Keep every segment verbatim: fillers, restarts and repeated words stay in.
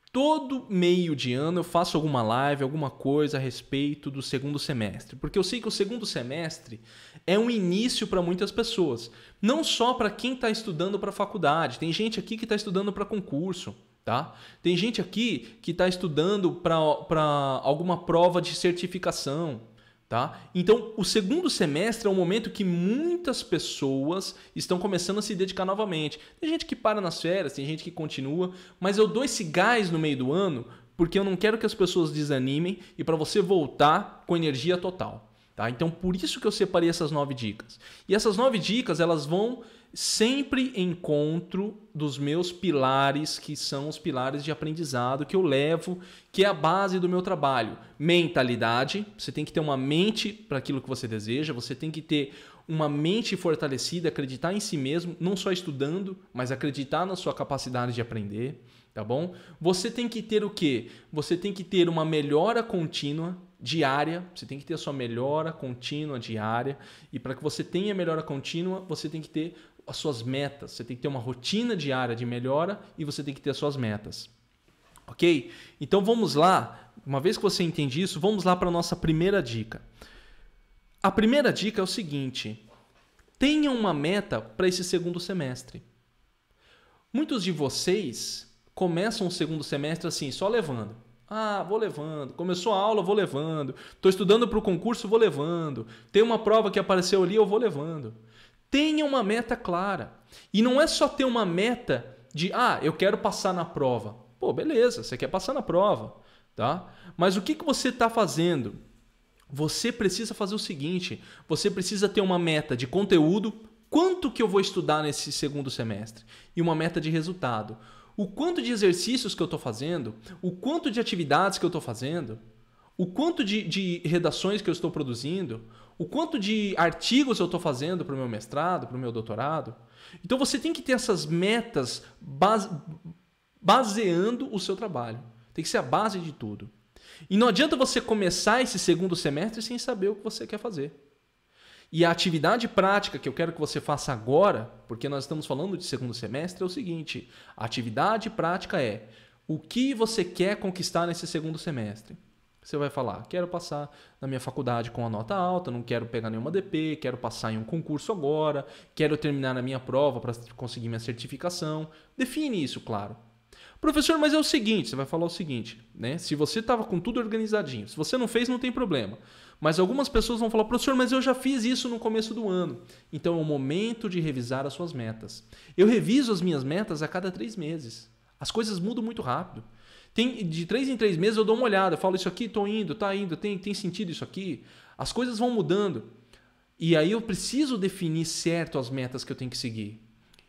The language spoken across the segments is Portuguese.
Todo meio de ano eu faço alguma live, alguma coisa a respeito do segundo semestre. Porque eu sei que o segundo semestre é um início para muitas pessoas. Não só para quem está estudando para a faculdade. Tem gente aqui que está estudando para concurso. Tá? Tem gente aqui que está estudando para alguma prova de certificação. Tá? Então, o segundo semestre é um momento que muitas pessoas estão começando a se dedicar novamente. Tem gente que para nas férias, tem gente que continua, mas eu dou esse gás no meio do ano porque eu não quero que as pessoas desanimem e para você voltar com energia total. Tá? Então, por isso que eu separei essas nove dicas. E essas nove dicas, elas vão sempre em encontro dos meus pilares, que são os pilares de aprendizado que eu levo, que é a base do meu trabalho. Mentalidade, você tem que ter uma mente para aquilo que você deseja, você tem que ter uma mente fortalecida, acreditar em si mesmo, não só estudando, mas acreditar na sua capacidade de aprender, tá bom? Você tem que ter o quê? Você tem que ter uma melhora contínua, diária, você tem que ter a sua melhora contínua diária, e para que você tenha melhora contínua, você tem que ter as suas metas, você tem que ter uma rotina diária de melhora e você tem que ter as suas metas. Ok? Então vamos lá, uma vez que você entende isso, vamos lá para a nossa primeira dica. A primeira dica é o seguinte: tenha uma meta para esse segundo semestre. Muitos de vocês começam o segundo semestre assim, só levando. Ah, vou levando. Começou a aula, vou levando. Estou estudando para o concurso, vou levando. Tem uma prova que apareceu ali, eu vou levando. Tenha uma meta clara. E não é só ter uma meta de, ah, eu quero passar na prova. Pô, beleza, você quer passar na prova, tá? Mas o que, que você está fazendo? Você precisa fazer o seguinte, você precisa ter uma meta de conteúdo, quanto que eu vou estudar nesse segundo semestre? E uma meta de resultado. O quanto de exercícios que eu estou fazendo, o quanto de atividades que eu estou fazendo, o quanto de, de redações que eu estou produzindo, o quanto de artigos eu estou fazendo para o meu mestrado, para o meu doutorado. Então você tem que ter essas metas base, baseando o seu trabalho. Tem que ser a base de tudo. E não adianta você começar esse segundo semestre sem saber o que você quer fazer. E a atividade prática que eu quero que você faça agora, porque nós estamos falando de segundo semestre, é o seguinte: a atividade prática é o que você quer conquistar nesse segundo semestre. Você vai falar, quero passar na minha faculdade com a nota alta, não quero pegar nenhuma D P, quero passar em um concurso agora, quero terminar a minha prova para conseguir minha certificação. Define isso, claro. Professor, mas é o seguinte, você vai falar o seguinte, né? Se você estava com tudo organizadinho, se você não fez, não tem problema. Mas algumas pessoas vão falar, professor, mas eu já fiz isso no começo do ano. Então é o momento de revisar as suas metas. Eu reviso as minhas metas a cada três meses. As coisas mudam muito rápido. Tem, de três em três meses eu dou uma olhada, eu falo, isso aqui, estou indo, está indo, tem, tem sentido isso aqui? As coisas vão mudando. E aí eu preciso definir certo as metas que eu tenho que seguir.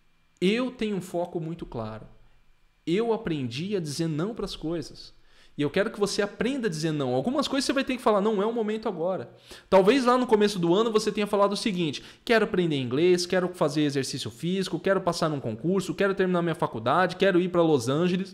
Eu tenho um foco muito claro. Eu aprendi a dizer não para as coisas. E eu quero que você aprenda a dizer não. Algumas coisas você vai ter que falar, não é o momento agora. Talvez lá no começo do ano você tenha falado o seguinte, quero aprender inglês, quero fazer exercício físico, quero passar num concurso, quero terminar minha faculdade, quero ir para Los Angeles.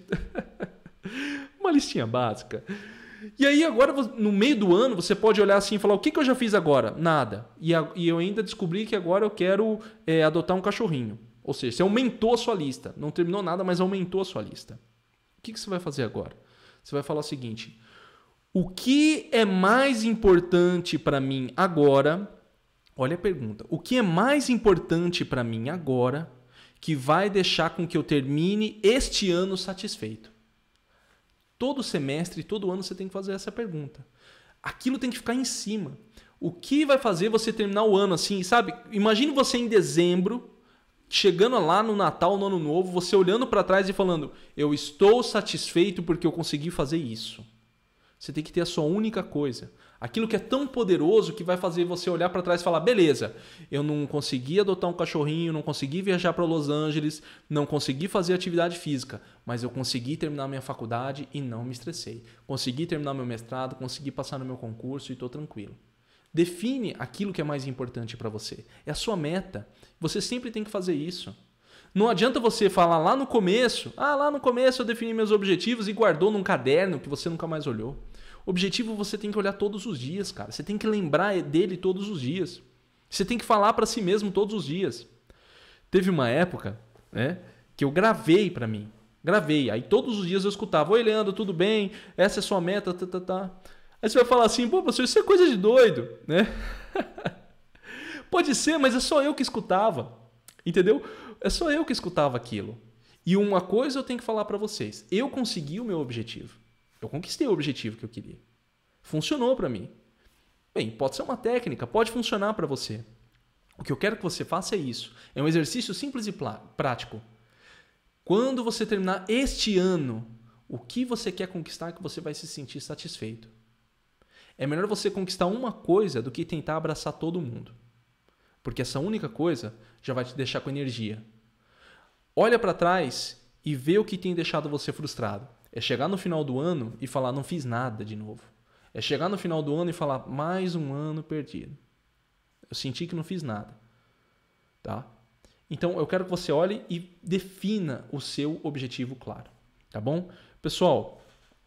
Uma listinha básica. E aí agora, no meio do ano, você pode olhar assim e falar, o que, que eu já fiz agora? Nada. E, a, e eu ainda descobri que agora eu quero é, adotar um cachorrinho. Ou seja, você aumentou a sua lista. Não terminou nada, mas aumentou a sua lista. O que, que você vai fazer agora? Você vai falar o seguinte, o que é mais importante para mim agora? Olha a pergunta. O que é mais importante para mim agora que vai deixar com que eu termine este ano satisfeito? Todo semestre, todo ano você tem que fazer essa pergunta. Aquilo tem que ficar em cima. O que vai fazer você terminar o ano assim, sabe? Imagine você em dezembro, chegando lá no Natal, no Ano Novo, você olhando para trás e falando, eu estou satisfeito porque eu consegui fazer isso. Você tem que ter a sua única coisa. Aquilo que é tão poderoso que vai fazer você olhar para trás e falar, beleza, eu não consegui adotar um cachorrinho, não consegui viajar para Los Angeles, não consegui fazer atividade física, mas eu consegui terminar minha faculdade e não me estressei. Consegui terminar meu mestrado, consegui passar no meu concurso e estou tranquilo. Define aquilo que é mais importante para você. É a sua meta. Você sempre tem que fazer isso. Não adianta você falar lá no começo, ah, lá no começo eu defini meus objetivos e guardou num caderno que você nunca mais olhou. Objetivo você tem que olhar todos os dias, cara. Você tem que lembrar dele todos os dias. Você tem que falar para si mesmo todos os dias. Teve uma época, né, que eu gravei para mim. Gravei. Aí todos os dias eu escutava: oi, Leandro, tudo bem? Essa é a sua meta, tá, tá, tá. Aí você vai falar assim: pô, professor, isso é coisa de doido, né? Pode ser, mas é só eu que escutava. Entendeu? É só eu que escutava aquilo. E uma coisa eu tenho que falar para vocês. Eu consegui o meu objetivo. Eu conquistei o objetivo que eu queria. Funcionou para mim. Bem, pode ser uma técnica, pode funcionar para você. O que eu quero que você faça é isso. É um exercício simples e prático. Quando você terminar este ano, o que você quer conquistar que você vai se sentir satisfeito? É melhor você conquistar uma coisa do que tentar abraçar todo mundo. Porque essa única coisa já vai te deixar com energia. Olha para trás e vê o que tem deixado você frustrado. É chegar no final do ano e falar: não fiz nada de novo. É chegar no final do ano e falar: mais um ano perdido. Eu senti que não fiz nada. Tá? Então eu quero que você olhe e defina o seu objetivo claro. Tá bom? Pessoal,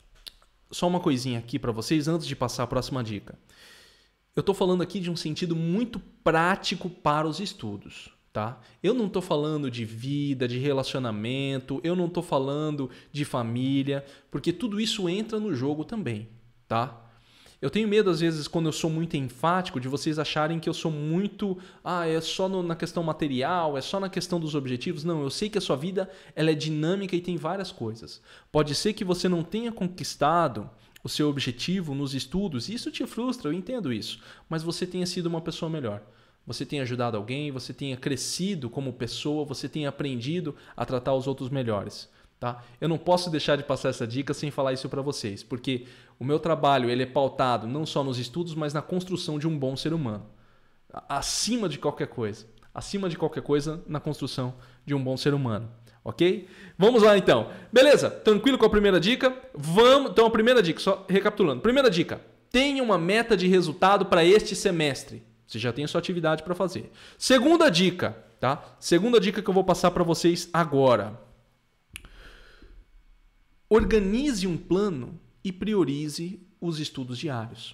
só uma coisinha aqui para vocês antes de passar a próxima dica. Eu estou falando aqui de um sentido muito prático para os estudos. Tá? Eu não estou falando de vida, de relacionamento, eu não estou falando de família, porque tudo isso entra no jogo também. Tá? Eu tenho medo, às vezes, quando eu sou muito enfático, de vocês acharem que eu sou muito... Ah, é só no, na questão material, é só na questão dos objetivos. Não, eu sei que a sua vida ela é dinâmica e tem várias coisas. Pode ser que você não tenha conquistado o seu objetivo nos estudos, e isso te frustra, eu entendo isso. Mas você tenha sido uma pessoa melhor. Você tenha ajudado alguém, você tenha crescido como pessoa, você tenha aprendido a tratar os outros melhores. Tá? Eu não posso deixar de passar essa dica sem falar isso para vocês, porque o meu trabalho ele é pautado não só nos estudos, mas na construção de um bom ser humano. Acima de qualquer coisa. Acima de qualquer coisa, na construção de um bom ser humano. Ok? Vamos lá então. Beleza? Tranquilo com a primeira dica? Vamos. Então a primeira dica, só recapitulando. Primeira dica, tenha uma meta de resultado para este semestre. Você já tem a sua atividade para fazer. Segunda dica, tá? Segunda dica que eu vou passar para vocês agora. Organize um plano e priorize os estudos diários.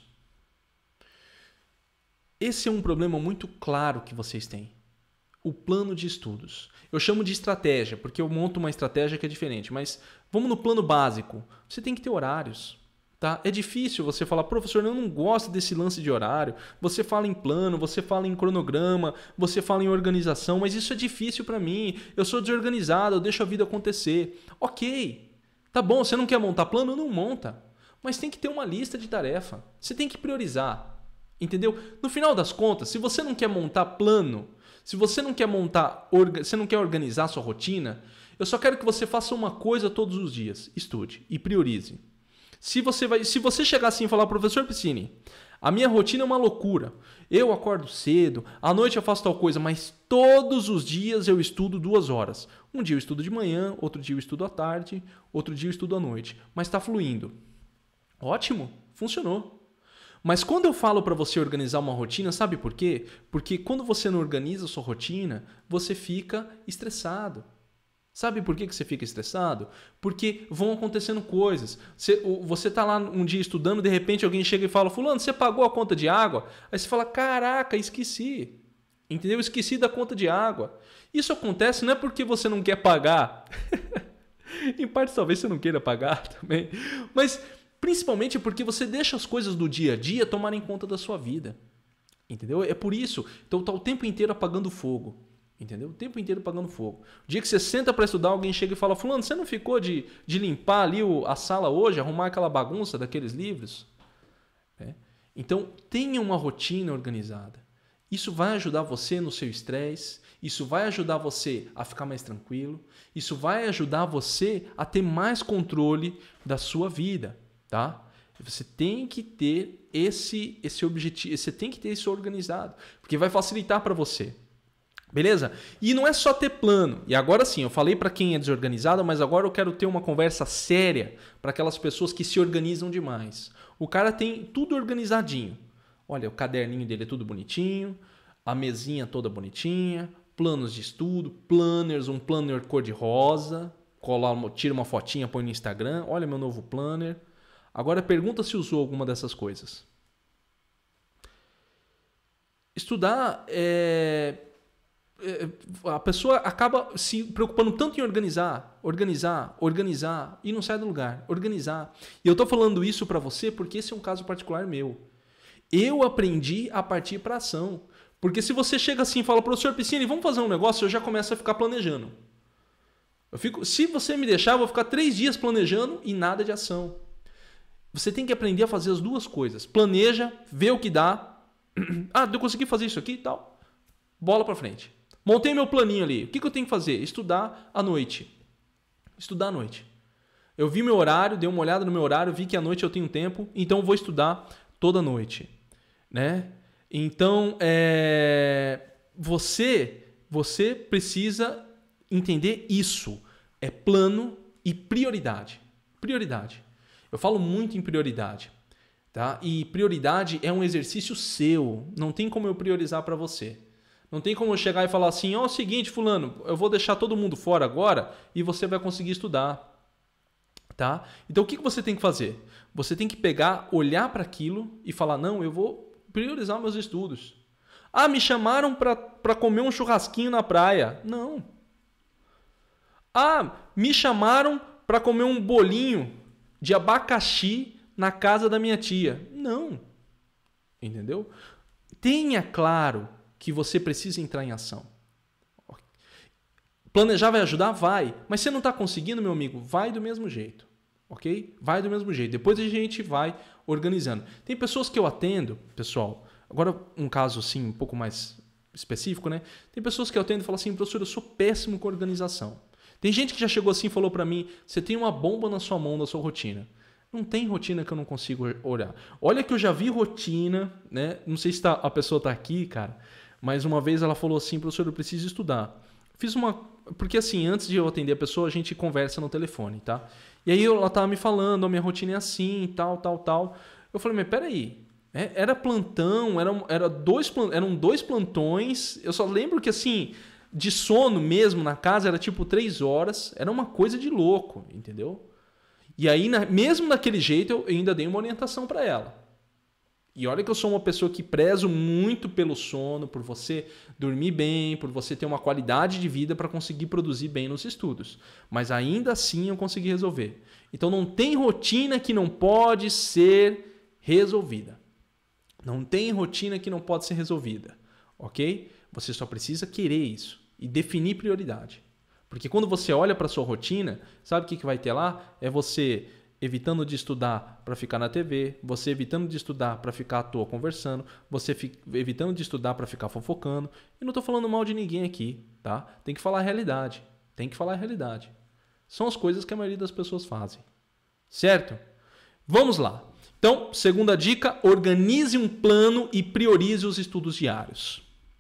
Esse é um problema muito claro que vocês têm. O plano de estudos. Eu chamo de estratégia, porque eu monto uma estratégia que é diferente. Mas vamos no plano básico. Você tem que ter horários. Tá? É difícil você falar: professor, eu não gosto desse lance de horário. Você fala em plano, você fala em cronograma, você fala em organização, mas isso é difícil para mim. Eu sou desorganizado, eu deixo a vida acontecer. Ok. Tá bom, você não quer montar plano? Não monta. Mas tem que ter uma lista de tarefa. Você tem que priorizar. Entendeu? No final das contas, se você não quer montar plano, se você não quer montar, você não quer organizar a sua rotina, eu só quero que você faça uma coisa todos os dias. Estude e priorize. Se você, vai, se você chegar assim e falar: professor Piscini, a minha rotina é uma loucura. Eu acordo cedo, à noite eu faço tal coisa, mas todos os dias eu estudo duas horas. Um dia eu estudo de manhã, outro dia eu estudo à tarde, outro dia eu estudo à noite. Mas está fluindo. Ótimo, funcionou. Mas quando eu falo para você organizar uma rotina, sabe por quê? Porque quando você não organiza a sua rotina, você fica estressado. Sabe por que você fica estressado? Porque vão acontecendo coisas. Você está lá um dia estudando, de repente alguém chega e fala: fulano, você pagou a conta de água? Aí você fala: caraca, esqueci. Entendeu? Esqueci da conta de água. Isso acontece não é porque você não quer pagar. Em parte talvez você não queira pagar também. Mas principalmente porque você deixa as coisas do dia a dia tomarem conta da sua vida. Entendeu? É por isso. Então está o tempo inteiro apagando fogo. Entendeu? O tempo inteiro apagando fogo. O dia que você senta para estudar, alguém chega e fala: fulano, você não ficou de, de limpar ali o, a sala hoje, arrumar aquela bagunça daqueles livros? É. Então, tenha uma rotina organizada. Isso vai ajudar você no seu estresse, isso vai ajudar você a ficar mais tranquilo, isso vai ajudar você a ter mais controle da sua vida, tá? Você tem que ter esse, esse objetivo, você tem que ter isso organizado, porque vai facilitar para você. Beleza? E não é só ter plano. E agora sim, eu falei para quem é desorganizado, mas agora eu quero ter uma conversa séria para aquelas pessoas que se organizam demais. O cara tem tudo organizadinho. Olha, o caderninho dele é tudo bonitinho, a mesinha toda bonitinha, planos de estudo, planners, um planner cor-de-rosa, tira uma fotinha, põe no Instagram, olha meu novo planner. Agora pergunta se usou alguma dessas coisas. Estudar é... a pessoa acaba se preocupando tanto em organizar, organizar, organizar e não sai do lugar, organizar. E eu estou falando isso para você porque esse é um caso particular meu. Eu aprendi a partir para ação. Porque se você chega assim e fala, professor Piscine, vamos fazer um negócio, eu já começo a ficar planejando. Eu fico, se você me deixar, eu vou ficar três dias planejando e nada de ação. Você tem que aprender a fazer as duas coisas. Planeja, vê o que dá. Ah, eu consegui fazer isso aqui e tal. Bola para frente. Montei meu planinho ali. O que, que eu tenho que fazer? Estudar à noite. Estudar à noite. Eu vi meu horário, dei uma olhada no meu horário, vi que à noite eu tenho tempo, então eu vou estudar toda noite. Né? Então, é... você, você precisa entender isso. É plano e prioridade. Prioridade. Eu falo muito em prioridade. Tá? E prioridade é um exercício seu. Não tem como eu priorizar para você. Não tem como eu chegar e falar assim, ó, é o seguinte, fulano, eu vou deixar todo mundo fora agora e você vai conseguir estudar. Tá? Então, o que você tem que fazer? Você tem que pegar, olhar para aquilo e falar, não, eu vou priorizar meus estudos. Ah, me chamaram para comer um churrasquinho na praia. Não. Ah, me chamaram para comer um bolinho de abacaxi na casa da minha tia. Não. Entendeu? Tenha claro que você precisa entrar em ação. Planejar vai ajudar? Vai. Mas se você não está conseguindo, meu amigo, vai do mesmo jeito. Ok? Vai do mesmo jeito. Depois a gente vai organizando. Tem pessoas que eu atendo, pessoal, agora um caso assim um pouco mais específico, né? Tem pessoas que eu atendo e falam assim, professor, eu sou péssimo com organização. Tem gente que já chegou assim e falou para mim, você tem uma bomba na sua mão da sua rotina. Não tem rotina que eu não consigo olhar. Olha que eu já vi rotina, né? Não sei se tá, a pessoa está aqui, cara, mas uma vez ela falou assim, professor, eu preciso estudar. Fiz uma... Porque assim, antes de eu atender a pessoa, a gente conversa no telefone, tá? E aí ela tava me falando, a minha rotina é assim, tal, tal, tal. Eu falei, mas peraí, era plantão, era, era dois, eram dois plantões. Eu só lembro que assim, de sono mesmo na casa era tipo três horas. Era uma coisa de louco, entendeu? E aí, mesmo daquele jeito, eu ainda dei uma orientação para ela. E olha que eu sou uma pessoa que prezo muito pelo sono, por você dormir bem, por você ter uma qualidade de vida para conseguir produzir bem nos estudos. Mas ainda assim eu consegui resolver. Então não tem rotina que não pode ser resolvida. Não tem rotina que não pode ser resolvida. Ok? Você só precisa querer isso e definir prioridade. Porque quando você olha para a sua rotina, sabe o que, que vai ter lá? É você... evitando de estudar para ficar na T V, você evitando de estudar para ficar à toa conversando, você fi- evitando de estudar para ficar fofocando. E não estou falando mal de ninguém aqui, tá? Tem que falar a realidade. Tem que falar a realidade. São as coisas que a maioria das pessoas fazem. Certo? Vamos lá. Então, segunda dica, organize um plano e priorize os estudos diários.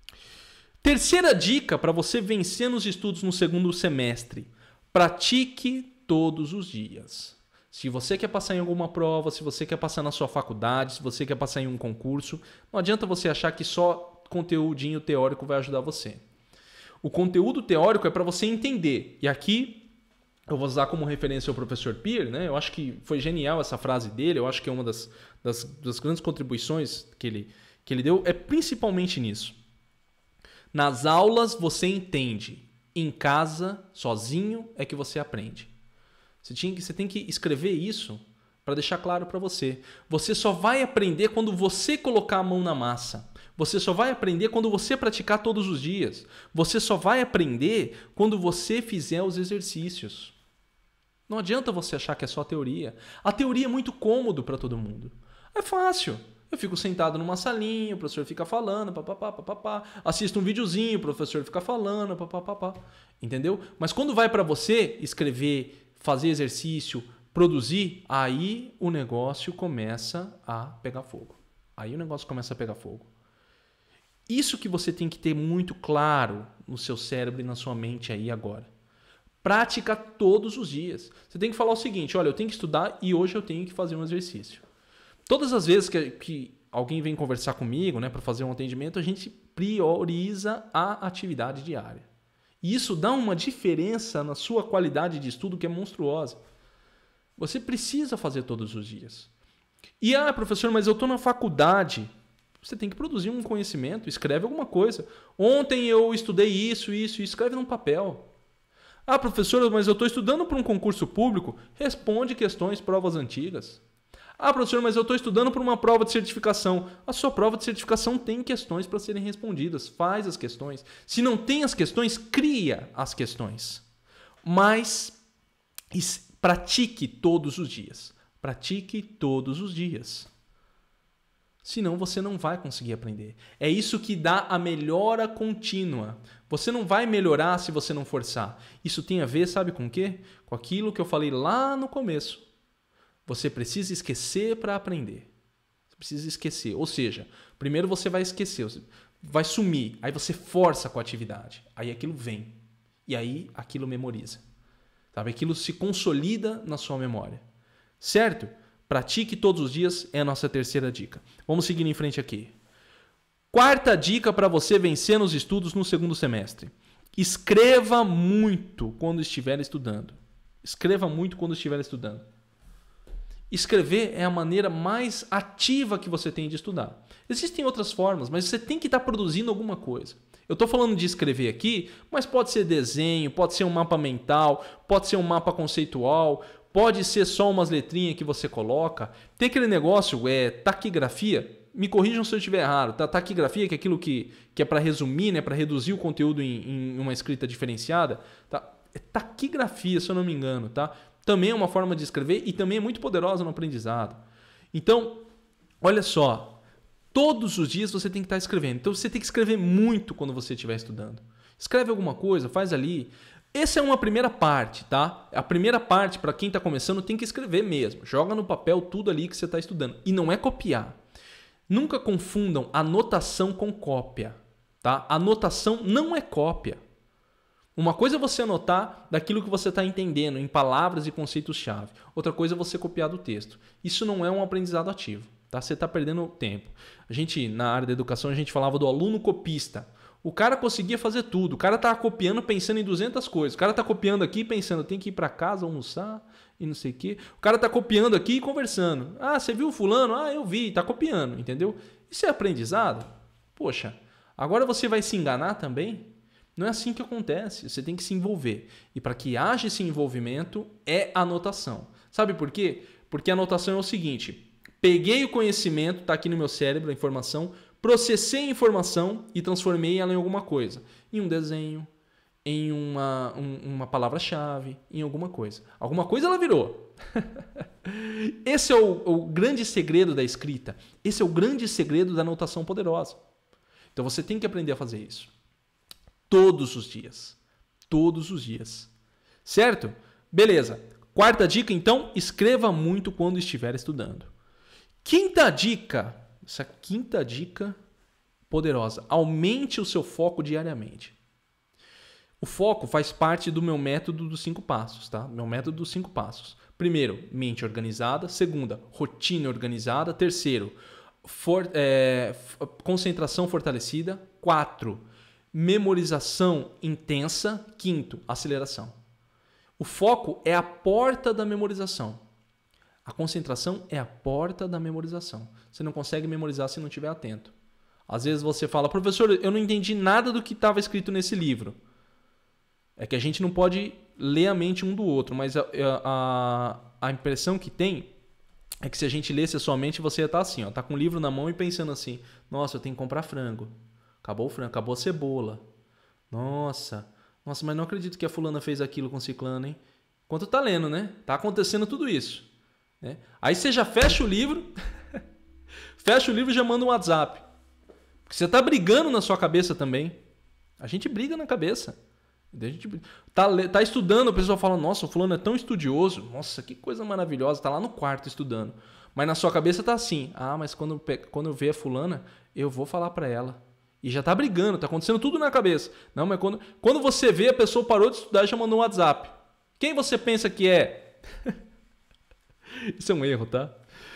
Terceira dica para você vencer nos estudos no segundo semestre. Pratique todos os dias. Se você quer passar em alguma prova, se você quer passar na sua faculdade, se você quer passar em um concurso, não adianta você achar que só conteúdinho teórico vai ajudar você. O conteúdo teórico é para você entender. E aqui eu vou usar como referência o professor Peer, né? Eu acho que foi genial essa frase dele, eu acho que é uma das, das, das grandes contribuições que ele, que ele deu, é principalmente nisso. Nas aulas você entende, em casa, sozinho, é que você aprende. Você, tinha que, você tem que escrever isso para deixar claro para você. Você só vai aprender quando você colocar a mão na massa. Você só vai aprender quando você praticar todos os dias. Você só vai aprender quando você fizer os exercícios. Não adianta você achar que é só teoria. A teoria é muito cômodo para todo mundo. É fácil. Eu fico sentado numa salinha, o professor fica falando, papapá, papapá. Assisto um videozinho, o professor fica falando, papapá. Entendeu? Mas quando vai para você escrever, fazer exercício, produzir, aí o negócio começa a pegar fogo. Aí o negócio começa a pegar fogo. Isso que você tem que ter muito claro no seu cérebro e na sua mente aí agora. Prática todos os dias. Você tem que falar o seguinte, olha, eu tenho que estudar e hoje eu tenho que fazer um exercício. Todas as vezes que, que alguém vem conversar comigo, né, para fazer um atendimento, a gente prioriza a atividade diária. E isso dá uma diferença na sua qualidade de estudo que é monstruosa. Você precisa fazer todos os dias. E, ah, professor, mas eu estou na faculdade. Você tem que produzir um conhecimento, escreve alguma coisa. Ontem eu estudei isso, isso, isso, escreve num papel. Ah, professor, mas eu estou estudando para um concurso público. Responde questões, provas antigas. Ah, professor, mas eu estou estudando para uma prova de certificação. A sua prova de certificação tem questões para serem respondidas. Faz as questões. Se não tem as questões, cria as questões. Mas pratique todos os dias. Pratique todos os dias. Senão você não vai conseguir aprender. É isso que dá a melhora contínua. Você não vai melhorar se você não forçar. Isso tem a ver, sabe com o quê? Com aquilo que eu falei lá no começo. Você precisa esquecer para aprender. Você precisa esquecer. Ou seja, primeiro você vai esquecer, vai sumir. Aí você força com a atividade. Aí aquilo vem. E aí aquilo memoriza. Sabe? Aquilo se consolida na sua memória. Certo? Pratique todos os dias é a nossa terceira dica. Vamos seguir em frente aqui. Quarta dica para você vencer nos estudos no segundo semestre. Escreva muito quando estiver estudando. Escreva muito quando estiver estudando. Escrever é a maneira mais ativa que você tem de estudar. Existem outras formas, mas você tem que estar produzindo alguma coisa. Eu estou falando de escrever aqui, mas pode ser desenho, pode ser um mapa mental, pode ser um mapa conceitual, pode ser só umas letrinhas que você coloca. Tem aquele negócio, é taquigrafia. Me corrijam se eu estiver errado. Tá? Taquigrafia, que é aquilo que, que é para resumir, né? Para reduzir o conteúdo em, em uma escrita diferenciada. Tá? É taquigrafia, se eu não me engano. Tá? Também é uma forma de escrever e também é muito poderosa no aprendizado. Então, olha só. Todos os dias você tem que estar escrevendo. Então, você tem que escrever muito quando você estiver estudando. Escreve alguma coisa, faz ali. Essa é uma primeira parte, tá? A primeira parte, para quem está começando, tem que escrever mesmo. Joga no papel tudo ali que você está estudando. E não é copiar. Nunca confundam anotação com cópia, tá? Anotação não é cópia. Uma coisa é você anotar daquilo que você está entendendo em palavras e conceitos-chave. Outra coisa é você copiar do texto. Isso não é um aprendizado ativo, tá? Você está perdendo tempo. A gente, na área da educação, a gente falava do aluno copista. O cara conseguia fazer tudo. O cara estava copiando pensando em duzentas coisas. O cara está copiando aqui pensando, tem que ir para casa almoçar e não sei o quê. O cara está copiando aqui e conversando. Ah, você viu o fulano? Ah, eu vi. Está copiando, entendeu? Isso é aprendizado? Poxa, agora você vai se enganar também? Não é assim que acontece. Você tem que se envolver. E para que haja esse envolvimento, é anotação. Sabe por quê? Porque a anotação é o seguinte. Peguei o conhecimento, está aqui no meu cérebro, a informação, processei a informação e transformei ela em alguma coisa. Em um desenho, em uma, um, uma palavra-chave, em alguma coisa. Alguma coisa ela virou. Esse é o, o grande segredo da escrita. Esse é o grande segredo da anotação poderosa. Então você tem que aprender a fazer isso. Todos os dias. Todos os dias. Certo? Beleza. Quarta dica, então, escreva muito quando estiver estudando. Quinta dica. Essa quinta dica poderosa. Aumente o seu foco diariamente. O foco faz parte do meu método dos cinco passos, tá? Meu método dos cinco passos. Primeiro, mente organizada. Segunda, rotina organizada. Terceiro, for, é, concentração fortalecida. Quatro, memorização intensa. Quinto, aceleração. O foco é a porta da memorização. A concentração é a porta da memorização. Você não consegue memorizar se não estiver atento. Às vezes você fala, professor, eu não entendi nada do que estava escrito nesse livro. É que a gente não pode ler a mente um do outro, mas a, a, a impressão que tem é que se a gente lesse a sua mente, você ia estar assim, ó, tá com o livro na mão e pensando assim, nossa, eu tenho que comprar frango. Acabou o frango, acabou a cebola. Nossa, nossa, mas não acredito que a fulana fez aquilo com ciclano, hein? Enquanto tá lendo, né? Tá acontecendo tudo isso. Né? Aí você já fecha o livro, fecha o livro e já manda um WhatsApp. Porque você tá brigando na sua cabeça também. A gente briga na cabeça. A gente tá, tá estudando, a pessoa fala, nossa, o fulano é tão estudioso. Nossa, que coisa maravilhosa. Tá lá no quarto estudando. Mas na sua cabeça tá assim, ah, mas quando, quando eu ver a fulana, eu vou falar pra ela. E já tá brigando, tá acontecendo tudo na cabeça. Não, mas quando, quando você vê, a pessoa parou de estudar e já mandou um WhatsApp. Quem você pensa que é? Isso é um erro, tá?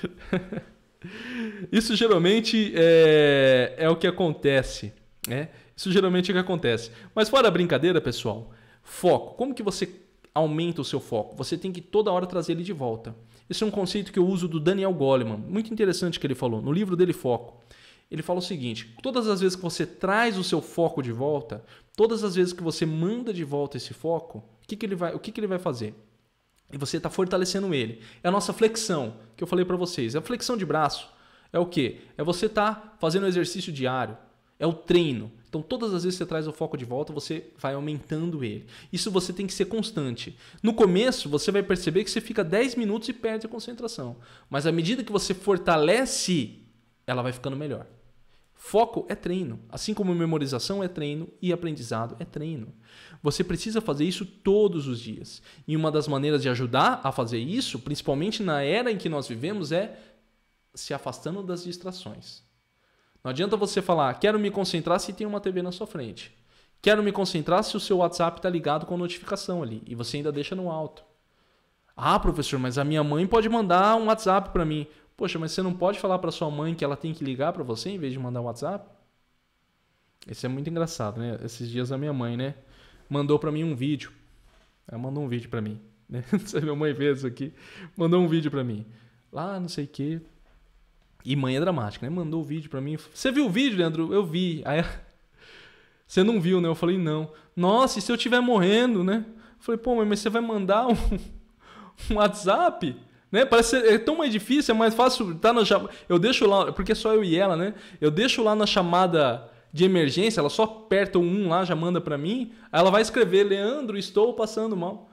Isso geralmente é, é o que acontece, né? Isso geralmente é o que acontece. Mas fora a brincadeira, pessoal, foco. Como que você aumenta o seu foco? Você tem que toda hora trazer ele de volta. Esse é um conceito que eu uso do Daniel Goleman. Muito interessante que ele falou. No livro dele, Foco. Ele fala o seguinte: todas as vezes que você traz o seu foco de volta, todas as vezes que você manda de volta esse foco, o que, que, ele, vai, o que, que ele vai fazer? E você está fortalecendo ele. É a nossa flexão, que eu falei para vocês. A flexão de braço é o quê? É você estar tá fazendo exercício diário. É o treino. Então, todas as vezes que você traz o foco de volta, você vai aumentando ele. Isso você tem que ser constante. No começo, você vai perceber que você fica dez minutos e perde a concentração. Mas à medida que você fortalece, ela vai ficando melhor. Foco é treino. Assim como memorização é treino e aprendizado é treino. Você precisa fazer isso todos os dias. E uma das maneiras de ajudar a fazer isso, principalmente na era em que nós vivemos, é se afastando das distrações. Não adianta você falar, quero me concentrar se tem uma T V na sua frente. Quero me concentrar se o seu WhatsApp está ligado com notificação ali e você ainda deixa no alto. Ah, professor, mas a minha mãe pode mandar um WhatsApp para mim. Poxa, mas você não pode falar para sua mãe que ela tem que ligar para você em vez de mandar um WhatsApp? Isso é muito engraçado, né? Esses dias a minha mãe, né, mandou para mim um vídeo. Ela mandou um vídeo para mim, né? Não sei, minha mãe fez isso aqui. Mandou um vídeo para mim. Lá, não sei o quê. E mãe é dramática, né? Mandou o vídeo pra mim. Você viu o vídeo, Leandro? Eu vi. Aí, você não viu, né? Eu falei, não. Nossa, e se eu estiver morrendo, né? Eu falei, pô, mãe, mas você vai mandar um, um WhatsApp? Né? Parece ser, é tão mais difícil, é mais fácil. Tá no, eu deixo lá, porque é só eu e ela, né? Eu deixo lá na chamada de emergência, ela só aperta o um lá, já manda pra mim. Aí ela vai escrever, Leandro, estou passando mal.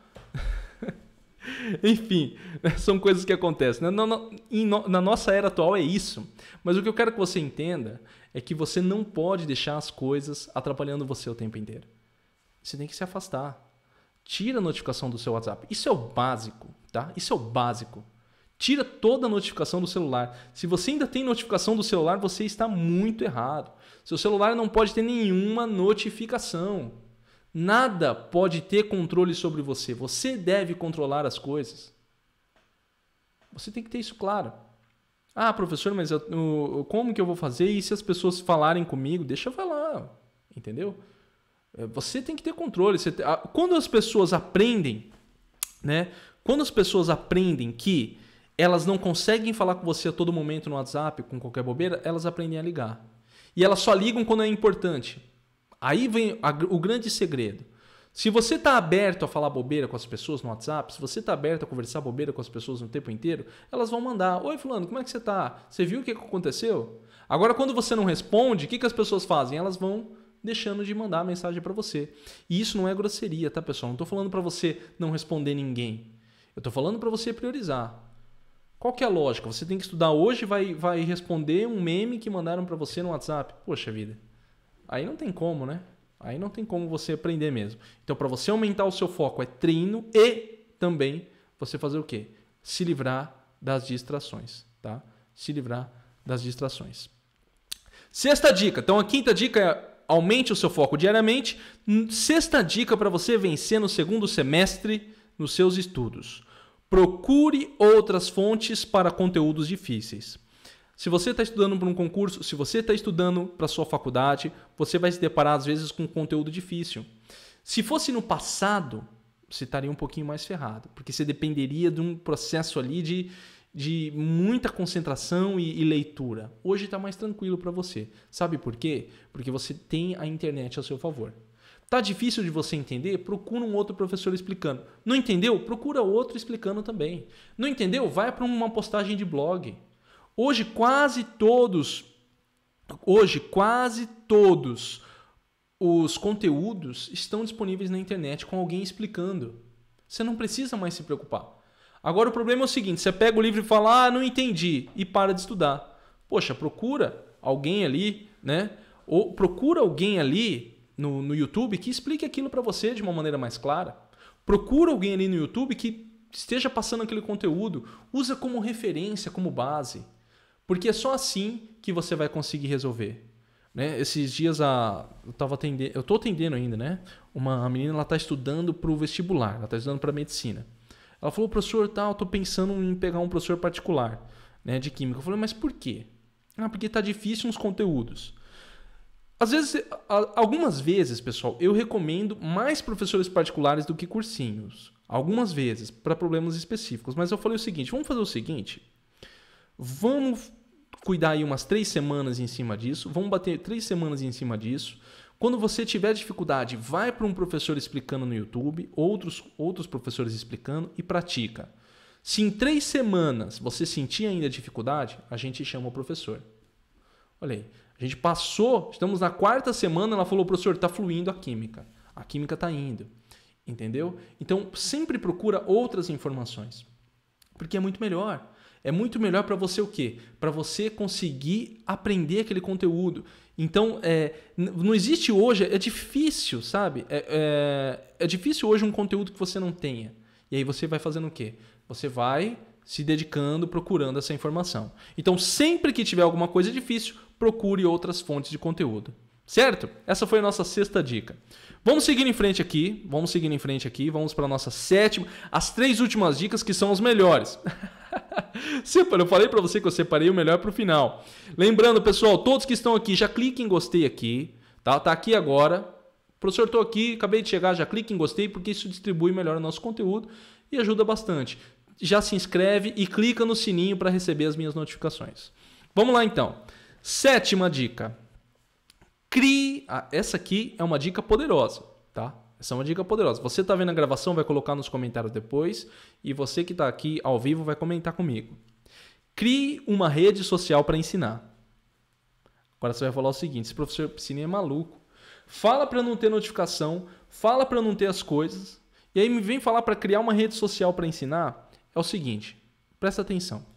Enfim, são coisas que acontecem. Na, na, na nossa era atual é isso. Mas o que eu quero que você entenda é que você não pode deixar as coisas atrapalhando você o tempo inteiro. Você tem que se afastar. Tira a notificação do seu WhatsApp. Isso é o básico, tá? Isso é o básico. Tira toda a notificação do celular. Se você ainda tem notificação do celular, você está muito errado. Seu celular não pode ter nenhuma notificação. Nada pode ter controle sobre você. Você deve controlar as coisas. Você tem que ter isso claro. Ah, professor, mas eu, eu, como que eu vou fazer? E se as pessoas falarem comigo? Deixa eu falar. Entendeu? Você tem que ter controle. Você tem, quando as pessoas aprendem, né? Quando as pessoas aprendem que elas não conseguem falar com você a todo momento no WhatsApp, com qualquer bobeira, elas aprendem a ligar. E elas só ligam quando é importante. Aí vem a, o grande segredo. Se você está aberto a falar bobeira com as pessoas no WhatsApp, se você está aberto a conversar bobeira com as pessoas o tempo inteiro, elas vão mandar, oi fulano, como é que você está? Você viu o que aconteceu? Agora quando você não responde, o que, que as pessoas fazem? Elas vão deixando de mandar a mensagem para você. E isso não é grosseria, tá pessoal? Não estou falando para você não responder ninguém. Eu estou falando para você priorizar. Qual que é a lógica? Você tem que estudar hoje e vai, vai responder um meme que mandaram para você no WhatsApp. Poxa vida. Aí não tem como, né? Aí não tem como você aprender mesmo. Então, para você aumentar o seu foco, é treino e também você fazer o quê? Se livrar das distrações, tá? Se livrar das distrações. Sexta dica. Então, a quinta dica é aumente o seu foco diariamente. Sexta dica para você vencer no segundo semestre nos seus estudos. Procure outras fontes para conteúdos difíceis. Se você está estudando para um concurso, se você está estudando para a sua faculdade, você vai se deparar às vezes com conteúdo difícil. Se fosse no passado, você estaria um pouquinho mais ferrado, porque você dependeria de um processo ali de, de muita concentração e, e leitura. Hoje está mais tranquilo para você. Sabe por quê? Porque você tem a internet a seu favor. Tá difícil de você entender? Procura um outro professor explicando. Não entendeu? Procura outro explicando também. Não entendeu? Vai para uma postagem de blog. Hoje quase todos, hoje quase todos os conteúdos estão disponíveis na internet com alguém explicando. Você não precisa mais se preocupar. Agora o problema é o seguinte, você pega o livro e fala, ah, não entendi, e para de estudar. Poxa, procura alguém ali, né? Ou procura alguém ali no, no YouTube que explique aquilo para você de uma maneira mais clara. Procura alguém ali no YouTube que esteja passando aquele conteúdo. Usa como referência, como base. Porque é só assim que você vai conseguir resolver. Né? Esses dias a, eu tava atendendo, eu estou atendendo ainda, né? Uma menina está estudando para o vestibular, ela está estudando para medicina. Ela falou, professor, tá, eu estou pensando em pegar um professor particular, né, de química. Eu falei, mas por quê? Ah, porque está difícil uns conteúdos. Às vezes, algumas vezes, pessoal, eu recomendo mais professores particulares do que cursinhos. Algumas vezes, para problemas específicos. Mas eu falei o seguinte, vamos fazer o seguinte... Vamos cuidar aí umas três semanas em cima disso. Vamos bater três semanas em cima disso. Quando você tiver dificuldade, vai para um professor explicando no YouTube, outros, outros professores explicando e pratica. Se em três semanas você sentir ainda dificuldade, a gente chama o professor. Olha aí, a gente passou, estamos na quarta semana, ela falou, professor, está fluindo a química. A química está indo, entendeu? Então, sempre procura outras informações, porque é muito melhor. É muito melhor para você o quê? Para você conseguir aprender aquele conteúdo. Então, é, não existe hoje, é difícil, sabe? É, é, é difícil hoje um conteúdo que você não tenha. E aí você vai fazendo o quê? Você vai se dedicando, procurando essa informação. Então, sempre que tiver alguma coisa difícil, procure outras fontes de conteúdo. Certo? Essa foi a nossa sexta dica. Vamos seguir em frente aqui. Vamos seguir em frente aqui. Vamos para a nossa sétima. As três últimas dicas que são as melhores. Eu falei para você que eu separei o melhor para o final. Lembrando, pessoal, todos que estão aqui, já clique em gostei aqui. Tá, tá aqui agora. Professor, estou aqui, acabei de chegar, já clique em gostei, porque isso distribui melhor o nosso conteúdo e ajuda bastante. Já se inscreve e clica no sininho para receber as minhas notificações. Vamos lá, então. Sétima dica. Crie... Ah, essa aqui é uma dica poderosa, tá? Essa é uma dica poderosa. Você está vendo a gravação, vai colocar nos comentários depois. E você que está aqui ao vivo vai comentar comigo. Crie uma rede social para ensinar. Agora você vai falar o seguinte, esse professor Piscininha é maluco. Fala para não ter notificação, fala para não ter as coisas. E aí me vem falar para criar uma rede social para ensinar. É o seguinte, presta atenção.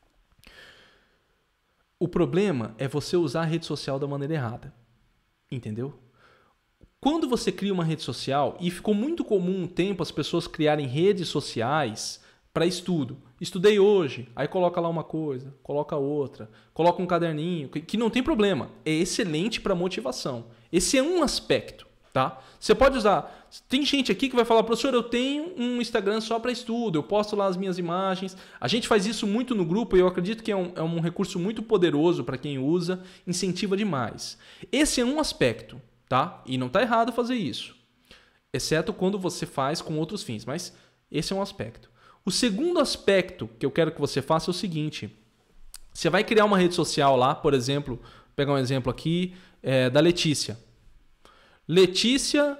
O problema é você usar a rede social da maneira errada. Entendeu? Quando você cria uma rede social, e ficou muito comum um tempo as pessoas criarem redes sociais para estudo. Estudei hoje, aí coloca lá uma coisa, coloca outra, coloca um caderninho, que, que não tem problema. É excelente para motivação. Esse é um aspecto, tá? Você pode usar... Tem gente aqui que vai falar, professor, eu tenho um Instagram só para estudo, eu posto lá as minhas imagens. A gente faz isso muito no grupo e eu acredito que é um, é um recurso muito poderoso para quem usa, incentiva demais. Esse é um aspecto. Tá? E não está errado fazer isso, exceto quando você faz com outros fins, mas esse é um aspecto. O segundo aspecto que eu quero que você faça é o seguinte, você vai criar uma rede social lá, por exemplo, vou pegar um exemplo aqui é, da Letícia. Letícia,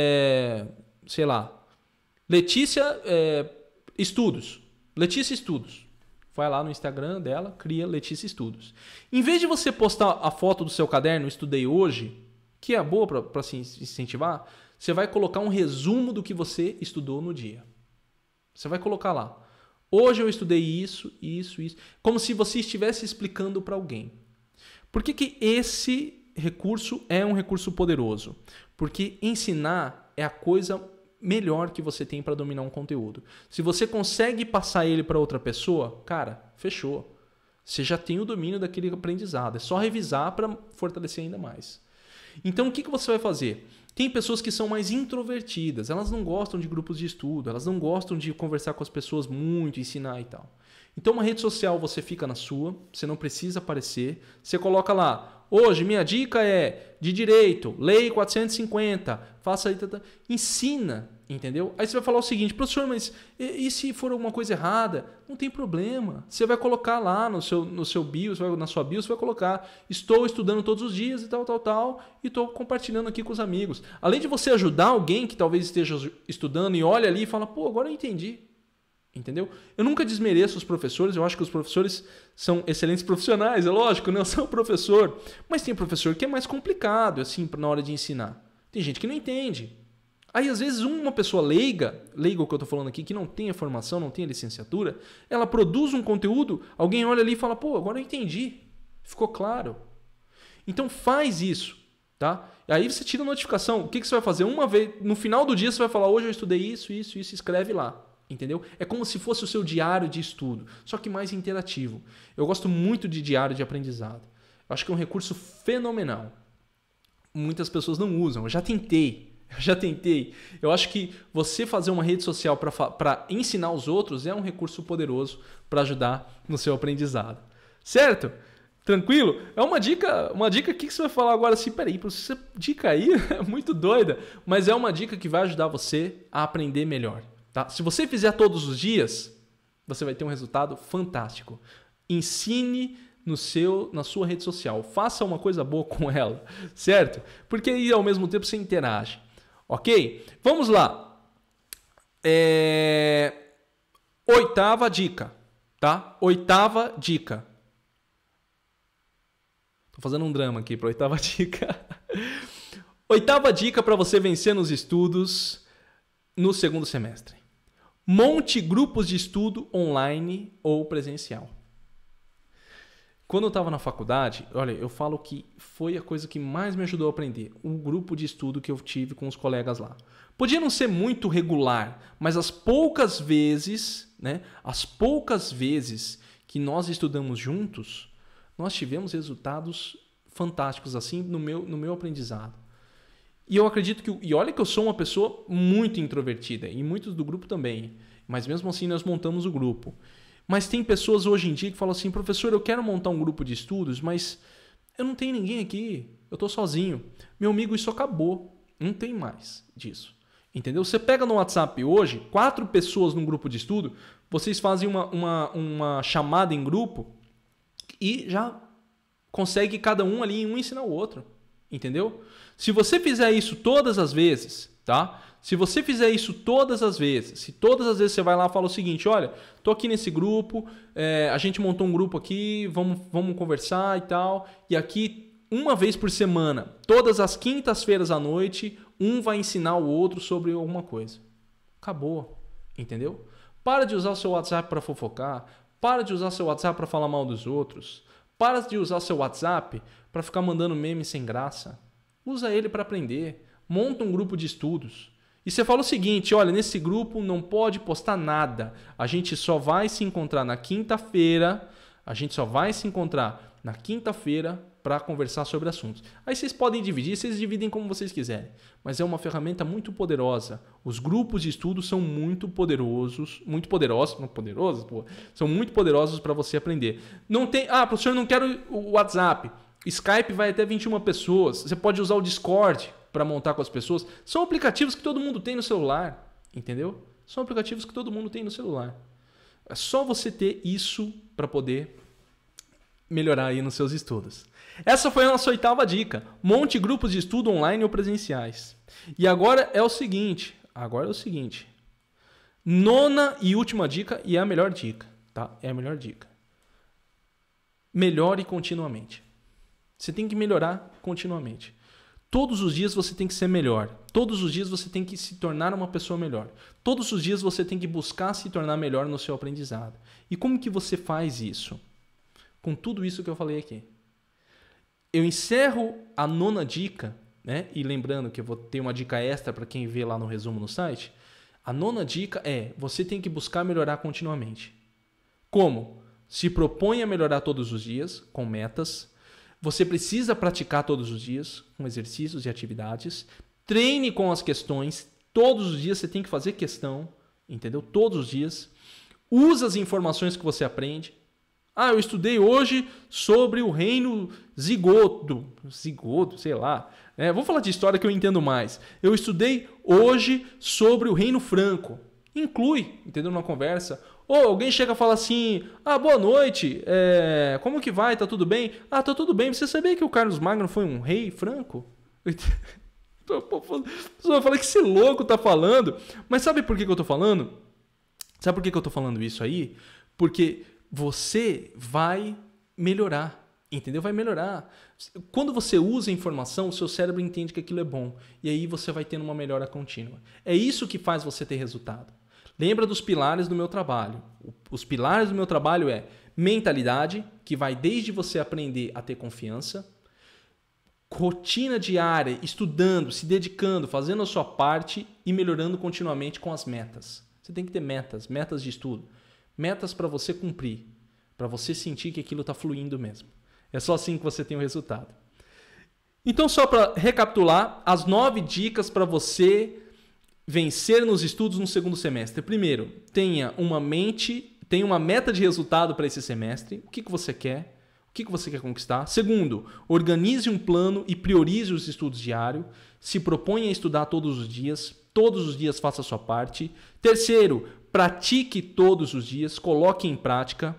é, sei lá, Letícia é, Estudos, Letícia Estudos. Vai lá no Instagram dela, cria Letícia Estudos. Em vez de você postar a foto do seu caderno, estudei hoje, que é boa para se incentivar, você vai colocar um resumo do que você estudou no dia. Você vai colocar lá. Hoje eu estudei isso, isso, isso. Como se você estivesse explicando para alguém. Por que que esse recurso é um recurso poderoso? Porque ensinar é a coisa melhor que você tem para dominar um conteúdo. Se você consegue passar ele para outra pessoa, cara, fechou. Você já tem o domínio daquele aprendizado. É só revisar para fortalecer ainda mais. Então, o que que você vai fazer? Tem pessoas que são mais introvertidas, elas não gostam de grupos de estudo, elas não gostam de conversar com as pessoas muito, ensinar e tal. Então, uma rede social você fica na sua, você não precisa aparecer, você coloca lá, hoje minha dica é de direito, lei quatrocentos e cinquenta, faça aí, tá, tá. Ensina, entendeu? Aí você vai falar o seguinte, professor, mas e, e se for alguma coisa errada? Não tem problema, você vai colocar lá no seu, no seu bio, você vai, na sua bio, você vai colocar, estou estudando todos os dias e tal, tal, tal, e estou compartilhando aqui com os amigos. Além de você ajudar alguém que talvez esteja estudando e olha ali e fala, pô, agora eu entendi. Entendeu? Eu nunca desmereço os professores, eu acho que os professores são excelentes profissionais, é lógico, não sou professor, mas tem professor que é mais complicado assim na hora de ensinar. Tem gente que não entende. Aí às vezes uma pessoa leiga, leiga o que eu estou falando aqui, que não tem a formação, não tem a licenciatura, ela produz um conteúdo, alguém olha ali e fala, pô, agora eu entendi, ficou claro. Então faz isso, tá? Aí você tira a notificação, o que que você vai fazer? Uma vez, no final do dia você vai falar, hoje eu estudei isso, isso, isso, escreve lá. Entendeu? É como se fosse o seu diário de estudo, só que mais interativo. Eu gosto muito de diário de aprendizado. Eu acho que é um recurso fenomenal. Muitas pessoas não usam. Eu já tentei. Eu já tentei. Eu acho que você fazer uma rede social para ensinar os outros é um recurso poderoso para ajudar no seu aprendizado. Certo? Tranquilo? É uma dica, uma dica aqui que você vai falar agora assim, peraí, essa dica aí é muito doida, mas é uma dica que vai ajudar você a aprender melhor. Tá? Se você fizer todos os dias, você vai ter um resultado fantástico. Ensine no seu, na sua rede social. Faça uma coisa boa com ela, certo? Porque aí ao mesmo tempo você interage. Ok? Vamos lá. É... Oitava dica, tá? Oitava dica. Tô fazendo um drama aqui para oitava dica. Oitava dica para você vencer nos estudos no segundo semestre. Monte grupos de estudo online ou presencial. Quando eu estava na faculdade, olha, eu falo que foi a coisa que mais me ajudou a aprender. O grupo de estudo que eu tive com os colegas lá. Podia não ser muito regular, mas as poucas vezes, né, as poucas vezes que nós estudamos juntos, nós tivemos resultados fantásticos assim no meu, no meu aprendizado. E eu acredito que... E olha que eu sou uma pessoa muito introvertida, e muitos do grupo também. Mas mesmo assim nós montamos o grupo. Mas tem pessoas hoje em dia que falam assim, professor, eu quero montar um grupo de estudos, mas eu não tenho ninguém aqui, eu estou sozinho. Meu amigo, isso acabou, não tem mais disso. Entendeu? Você pega no WhatsApp hoje, quatro pessoas num grupo de estudo, vocês fazem uma, uma, uma chamada em grupo e já consegue cada um ali, um ensinar o outro. Entendeu? Se você fizer isso todas as vezes, tá? Se você fizer isso todas as vezes, se todas as vezes você vai lá e fala o seguinte, olha, tô aqui nesse grupo, é, a gente montou um grupo aqui, vamos, vamos conversar e tal, e aqui uma vez por semana, todas as quintas-feiras à noite, um vai ensinar o outro sobre alguma coisa. Acabou, entendeu? Para de usar o seu WhatsApp para fofocar, para de usar o seu WhatsApp para falar mal dos outros, para de usar o seu WhatsApp para ficar mandando meme sem graça. Usa ele para aprender. Monta um grupo de estudos. E você fala o seguinte, olha, nesse grupo não pode postar nada. A gente só vai se encontrar na quinta-feira. A gente só vai se encontrar na quinta-feira para conversar sobre assuntos. Aí vocês podem dividir, vocês dividem como vocês quiserem. Mas é uma ferramenta muito poderosa. Os grupos de estudo são muito poderosos, muito poderosos, não poderosos, pô, são muito poderosos para você aprender. Não tem, ah, professor, eu não quero o WhatsApp. Skype vai até vinte e uma pessoas. Você pode usar o Discord para montar com as pessoas. São aplicativos que todo mundo tem no celular, entendeu? São aplicativos que todo mundo tem no celular. É só você ter isso para poder melhorar aí nos seus estudos. Essa foi a nossa oitava dica. Monte grupos de estudo online ou presenciais. E agora é o seguinte, agora é o seguinte. Nona e última dica, e é a melhor dica, tá? É a melhor dica. Melhore continuamente. Você tem que melhorar continuamente. Todos os dias você tem que ser melhor. Todos os dias você tem que se tornar uma pessoa melhor. Todos os dias você tem que buscar se tornar melhor no seu aprendizado. E como que você faz isso? Com tudo isso que eu falei aqui. Eu encerro a nona dica, né? E lembrando que eu vou ter uma dica extra para quem vê lá no resumo no site. A nona dica é, você tem que buscar melhorar continuamente. Como? Se propõe a melhorar todos os dias, com metas. Você precisa praticar todos os dias, com exercícios e atividades. Treine com as questões. Todos os dias você tem que fazer questão, entendeu? Todos os dias. Usa as informações que você aprende. Ah, eu estudei hoje sobre o reino zigoto. Zigoto, sei lá. É, vou falar de história que eu entendo mais. Eu estudei hoje sobre o reino franco. Inclui, entendeu? Numa conversa. Ou alguém chega e fala assim, ah, boa noite, é, como que vai, tá tudo bem? Ah, tá tudo bem, você sabia que o Carlos Magno foi um rei franco? Eu falei que esse louco tá falando, mas sabe por que, que eu tô falando? Sabe por que, que eu tô falando isso aí? Porque você vai melhorar, entendeu? Vai melhorar. Quando você usa a informação, o seu cérebro entende que aquilo é bom, e aí você vai tendo uma melhora contínua. É isso que faz você ter resultado. Lembra dos pilares do meu trabalho. Os pilares do meu trabalho é mentalidade, que vai desde você aprender a ter confiança, rotina diária, estudando, se dedicando, fazendo a sua parte e melhorando continuamente com as metas. Você tem que ter metas, metas de estudo, metas para você cumprir, para você sentir que aquilo está fluindo mesmo. É só assim que você tem o resultado. Então, só para recapitular, as nove dicas para você vencer nos estudos no segundo semestre. Primeiro, tenha uma mente, tenha uma meta de resultado para esse semestre. O que, que você quer? O que, que você quer conquistar? Segundo, organize um plano e priorize os estudos diários. Se proponha a estudar todos os dias. Todos os dias faça a sua parte. Terceiro, pratique todos os dias. Coloque em prática.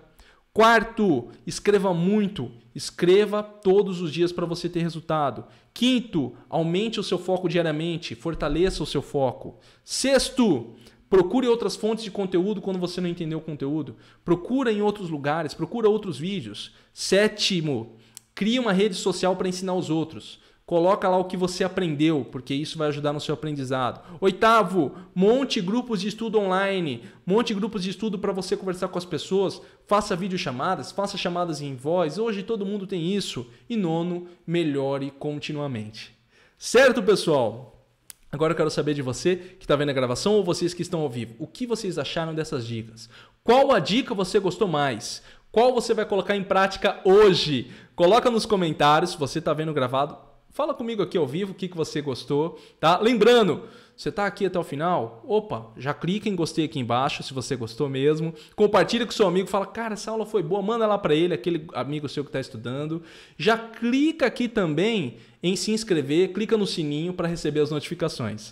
Quarto, escreva muito. Escreva todos os dias para você ter resultado. Quinto, aumente o seu foco diariamente. Fortaleça o seu foco. Sexto, procure outras fontes de conteúdo quando você não entendeu o conteúdo. Procura em outros lugares, procura outros vídeos. Sétimo, crie uma rede social para ensinar os outros. Coloca lá o que você aprendeu, porque isso vai ajudar no seu aprendizado. Oitavo, monte grupos de estudo online. Monte grupos de estudo para você conversar com as pessoas. Faça videochamadas, faça chamadas em voz. Hoje todo mundo tem isso. E nono, melhore continuamente. Certo, pessoal? Agora eu quero saber de você que está vendo a gravação ou vocês que estão ao vivo. O que vocês acharam dessas dicas? Qual a dica você gostou mais? Qual você vai colocar em prática hoje? Coloca nos comentários se você está vendo gravado. Fala comigo aqui ao vivo o que, que você gostou, tá? Lembrando, você está aqui até o final? Opa, já clica em gostei aqui embaixo se você gostou mesmo. Compartilha com seu amigo, fala, cara, essa aula foi boa, manda lá para ele, aquele amigo seu que está estudando. Já clica aqui também em se inscrever, clica no sininho para receber as notificações.